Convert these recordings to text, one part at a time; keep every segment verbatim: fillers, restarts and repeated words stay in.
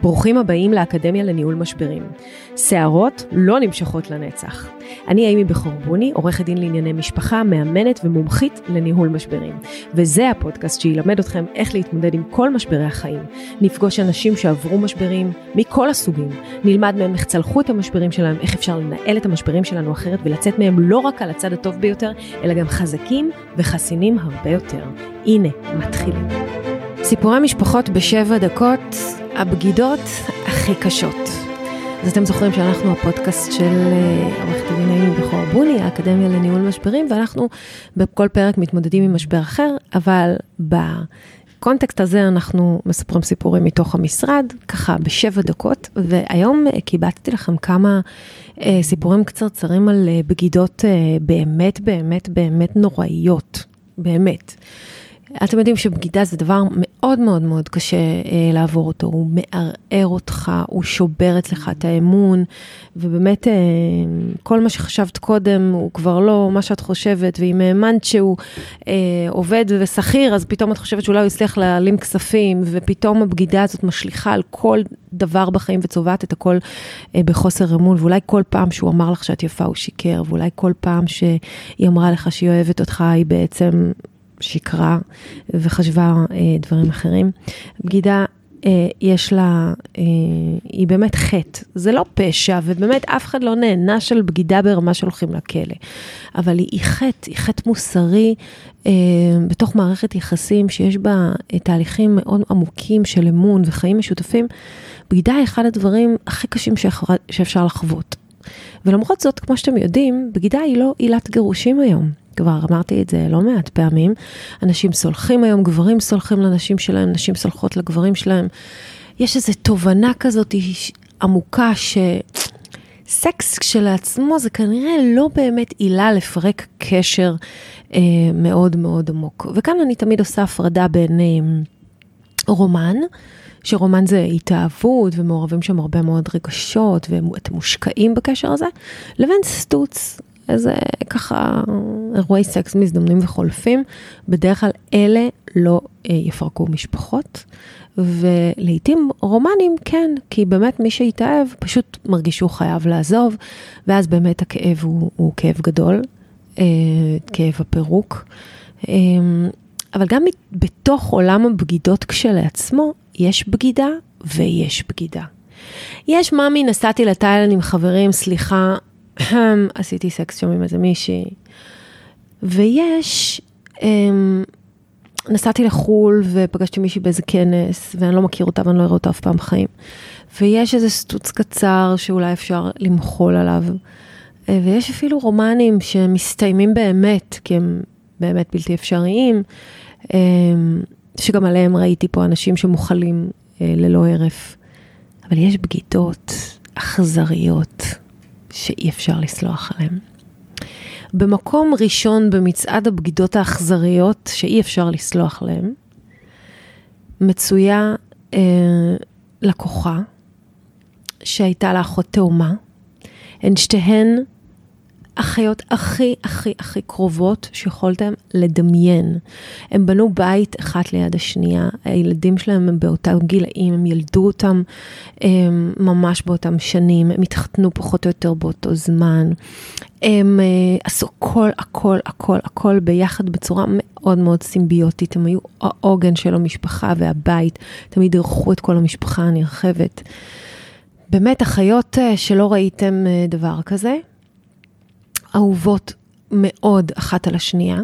ברוכים הבאים לאקדמיה לניהול משברים. שערות לא נמשכות לנצח. אני אימי בחורבוני, עורכת דין לענייני משפחה, מאמנת ומומחית לניהול משברים. וזה הפודקאסט שילמד אתכם איך להתמודד עם כל משברי החיים. נפגוש אנשים שעברו משברים מכל הסוגים. נלמד מהם איך צלחו את המשברים שלהם, איך אפשר לנהל את המשברים שלנו אחרת ולצאת מהם לא רק על הצד הטוב ביותר, אלא גם חזקים וחסינים הרבה יותר. הנה, מתחילים. סיפורי משפחות בשבע דקות, הבגידות הכי קשות. אז אתם זוכרים שאנחנו הפודקאסט של עורכת דין אימי בחורבוני, האקדמיה לניהול משברים, ואנחנו בכל פרק מתמודדים עם משבר אחר, אבל בקונטקסט הזה אנחנו מספרים סיפורים מתוך המשרד, ככה בשבע דקות, והיום קיבלתי לכם כמה סיפורים קצרצרים על בגידות באמת, באמת, באמת נוראיות, באמת. אתם יודעים שבגידה זה דבר מאוד מאוד מאוד קשה אה, לעבור אותו, הוא מערער אותך, הוא שובר אצלך את האמון, ובאמת אה, כל מה שחשבת קודם הוא כבר לא מה שאת חושבת, ואם האמנת שהוא אה, עובד ושכיר, אז פתאום את חושבת שאולי הוא יצליח להעלים כספים, ופתאום הבגידה הזאת משליחה על כל דבר בחיים וצובעת את הכל אה, בחוסר אמון, ואולי כל פעם שהוא אמר לך שאת יפה הוא שיקר, ואולי כל פעם שהיא אמרה לך שהיא אוהבת אותך, היא בעצם שקרה וחשבה אה, דברים אחרים. בגידה אה, יש לה, אה, היא באמת חטא. זה לא פשע, ובאמת אף אחד לא נהנה של בגידה ברמה שהולכים לכלא. אבל היא, היא חטא, היא חטא מוסרי אה, בתוך מערכת יחסים שיש בה אה, תהליכים מאוד עמוקים של אמון וחיים משותפים. בגידה היא אחד הדברים הכי קשים שאפשר לחוות. ולמרות זאת, כמו שאתם יודעים, בגידה היא לא עילת גירושים היום. כבר אמרתי את זה לא מעט פעמים, אנשים סולחים היום, גברים סולחים לנשים שלהם, נשים סולחות לגברים שלהם. יש איזו תובנה כזאת עמוקה שסקס כשלעצמו זה כנראה לא באמת עילה לפרק קשר אה, מאוד מאוד עמוק. וכאן אני תמיד עושה הפרדה בין אה, רומן, שרומן זה התאהבות ומעורבים שם הרבה מאוד רגשות ואתם מושקעים בקשר הזה, לבין סטוץ. אז ככה אירועי סקס מזדמנים וחולפים, בדרך כלל אלה לא יפרקו משפחות, ולעיתים רומנים כן, כי באמת מי שהתאהב פשוט מרגיש שהוא חייב לעזוב, ואז באמת הכאב הוא, הוא כאב גדול, כאב הפירוק, אבל גם בתוך עולם הבגידות כשלעצמו, יש בגידה ויש בגידה. יש מאמי, נסעתי לתאילנד עם חברים, סליחה, עשיתי סקס שם עם איזה מישהי, ויש, נסעתי לחול ופגשתי מישהי באיזה כנס, ואני לא מכיר אותה ואני לא אראה אותה אף פעם בחיים, ויש איזה סטוץ קצר שאולי אפשר למחול עליו, ויש אפילו רומנים שמסתיימים באמת, כי הם באמת בלתי אפשריים, שגם עליהם ראיתי פה אנשים שמוחלים ללא הרף, אבל יש בגידות אכזריות, שאי אפשר לסלוח עליהם. במקום ראשון במצעד הבגידות האכזריות שאי אפשר לסלוח עליהם, מצויה אה, לקוחה שהייתה לאחות תאומה. הן שתיהן אחיות הכי הכי הכי קרובות שיכולתם לדמיין. הם בנו בית אחת ליד השנייה, הילדים שלהם הם באותם גילאים, הם ילדו אותם הם, ממש באותם שנים, הם התחתנו פחות או יותר באותו זמן, הם אה, עשו כל, הכל, הכל, הכל ביחד בצורה מאוד מאוד סימביוטית, הם היו העוגן של המשפחה והבית, תמיד ערכו את כל המשפחה הנרחבת. באמת אחיות אה, שלא ראיתם אה, דבר כזה, אהובות מאוד אחת על השנייה,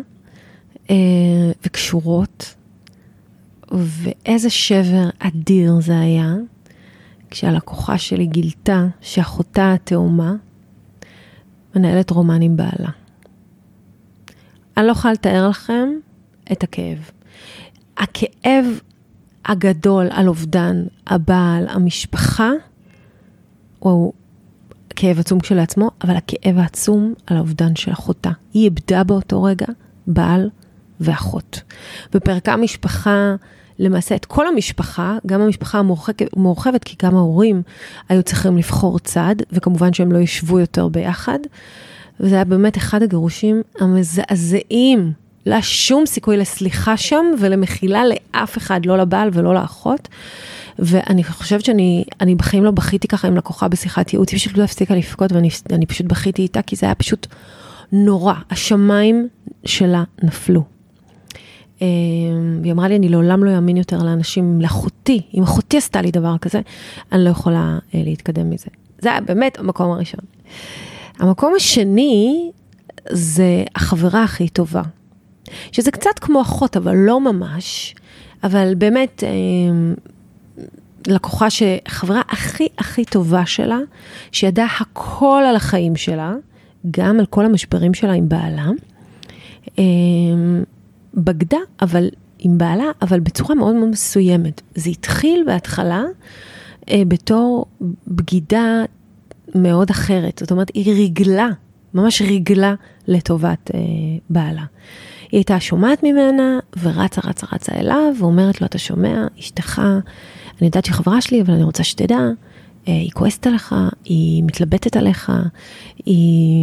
וקשורות, ואיזה שבר אדיר זה היה, כשהלקוחה שלי גילתה שאחותה התאומה, מנהלת רומן עם בעלה. אני לא יכולה לתאר לכם את הכאב. הכאב הגדול על אובדן הבעל, המשפחה, הוא כאב עצום כשלעצמו, אבל הכאב העצום על האובדן של אחותה. היא איבדה באותו רגע בעל ואחות. בפרקה משפחה, למעשה את כל המשפחה, גם המשפחה המורחבת, כי גם ההורים היו צריכים לבחור צד, וכמובן שהם לא ישבו יותר ביחד, וזה היה באמת אחד הגירושים המזעזעים לא היה שום סיכוי לסליחה שם, ולמחילה לאף אחד, לא לבעל ולא לאחות, ואני חושבת שאני, אני בחיים לא בכיתי ככה עם לקוחה בשיחת ייעוץ, היא פשוט לא הפסיקה לפקוד, ואני אני פשוט בכיתי איתה, כי זה היה פשוט נורא, השמיים שלה נפלו. והיא אמרה לי, אני לעולם לא יאמין יותר לאנשים, לאחותי, אם אחותי עשתה לי דבר כזה, אני לא יכולה להתקדם מזה. זה היה באמת המקום הראשון. המקום השני, זה החברה הכי טובה. שזה קצת כמו אחות, אבל לא ממש, אבל באמת, לקוחה שחברה הכי הכי טובה שלה, שידעה הכל על החיים שלה, גם על כל המשברים שלה עם בעלה, בגדה, אבל עם בעלה, אבל בצורה מאוד מאוד מסוימת. זה התחיל בהתחלה בתור בגידה מאוד אחרת. זאת אומרת, היא ריגלה, ממש ריגלה לטובת בעלה. היא הייתה שומעת ממנה, ורצה, רצה, רצה אליו, ואומרת לו, אתה שומע, אשתך, אני יודעת שהיא חברה שלי, אבל אני רוצה שתדע, היא כועסת עליך, היא מתלבטת עליך, היא,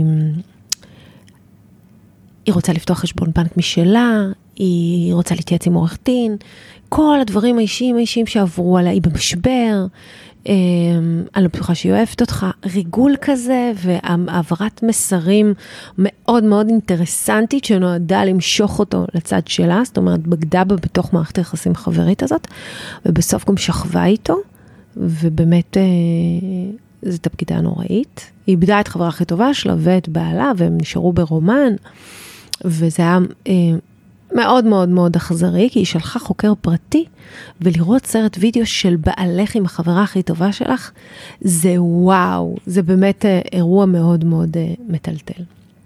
היא רוצה לפתוח חשבון בנק משלה, היא רוצה להתייעץ עם עורך דין, כל הדברים האישיים, האישיים שעברו עליה, היא במשבר, אני לא בטוחה שהיא אוהבת אותך, ריגול כזה, והעברת מסרים מאוד מאוד אינטרסנטית, שנועדה למשוך אותו לצד שלה, זאת אומרת, בגדה בה בתוך מערכת היחסים חברית הזאת, ובסוף גם שכבה איתו, ובאמת זו הבגידה נוראית. היא איבדה את חברה הכי טובה שלה ואת בעלה, והם נשארו ברומן, וזה היה מאוד מאוד מאוד אכזרי, כי היא שלחה חוקר פרטי, ולראות סרט וידאו של בעלך עם החברה הכי טובה שלך, זה וואו, זה באמת אירוע מאוד מאוד מטלטל.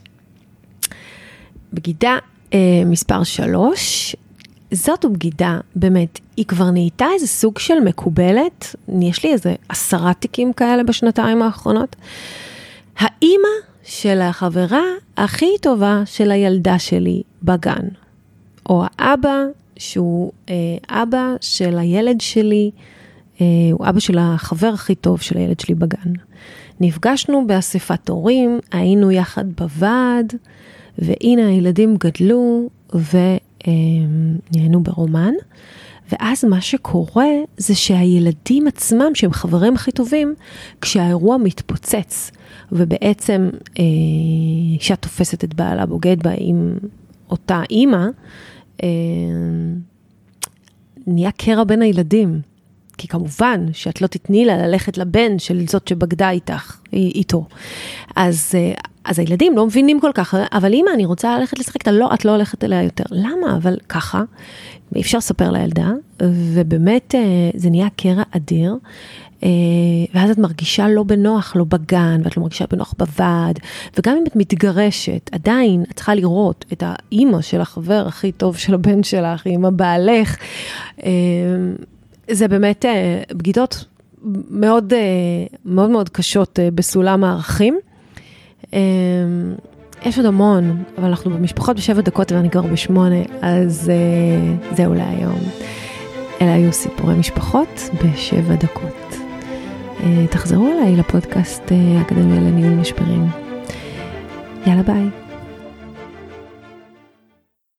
בגידה מספר שלוש, זאת בגידה, באמת, היא כבר נהייתה איזה סוג של מקובלת, יש לי איזה עשרה תיקים כאלה בשנתיים האחרונות, האמא של החברה הכי טובה של הילדה שלי בגן, או האבא שהוא אה, אבא של הילד שלי, אה, הוא אבא של החבר הכי טוב של הילד שלי בגן. נפגשנו באספת הורים, היינו יחד בוועד, והנה הילדים גדלו ונהיינו ברומן, ואז מה שקורה זה שהילדים עצמם, שהם חברים הכי טובים, כשהאירוע מתפוצץ, ובעצם אה, אישה תופסת את בעלה, בוגד בה עם אותה אימא, אה, נהיה קרע בין הילדים, כי כמובן שאת לא תתני לה ללכת לבן של זאת שבגדה איתך, איתו. אז, אז הילדים לא מבינים כל כך, אבל אמא, אני רוצה ללכת לשחק, לא, את לא הולכת אליה יותר. למה? אבל ככה, אי אפשר לספר לילדה, ובאמת זה נהיה קרע אדיר, ואז את מרגישה לא בנוח, לא בגן, ואת לא מרגישה בנוח בוועד, וגם אם את מתגרשת, עדיין את צריכה לראות את האמא של החבר הכי טוב של הבן שלך, אמא בעלך, זה באמת בגידות מאוד מאוד מאוד קשות בסולם הערכים. יש עוד המון, אבל אנחנו במשפחות בשבע דקות ואני גר בשמונה, אז זהו להיום. אלה היו סיפורי משפחות בשבע דקות. תחזרו אליי לפודקאסט האקדמיה לניהול משברים. יאללה ביי.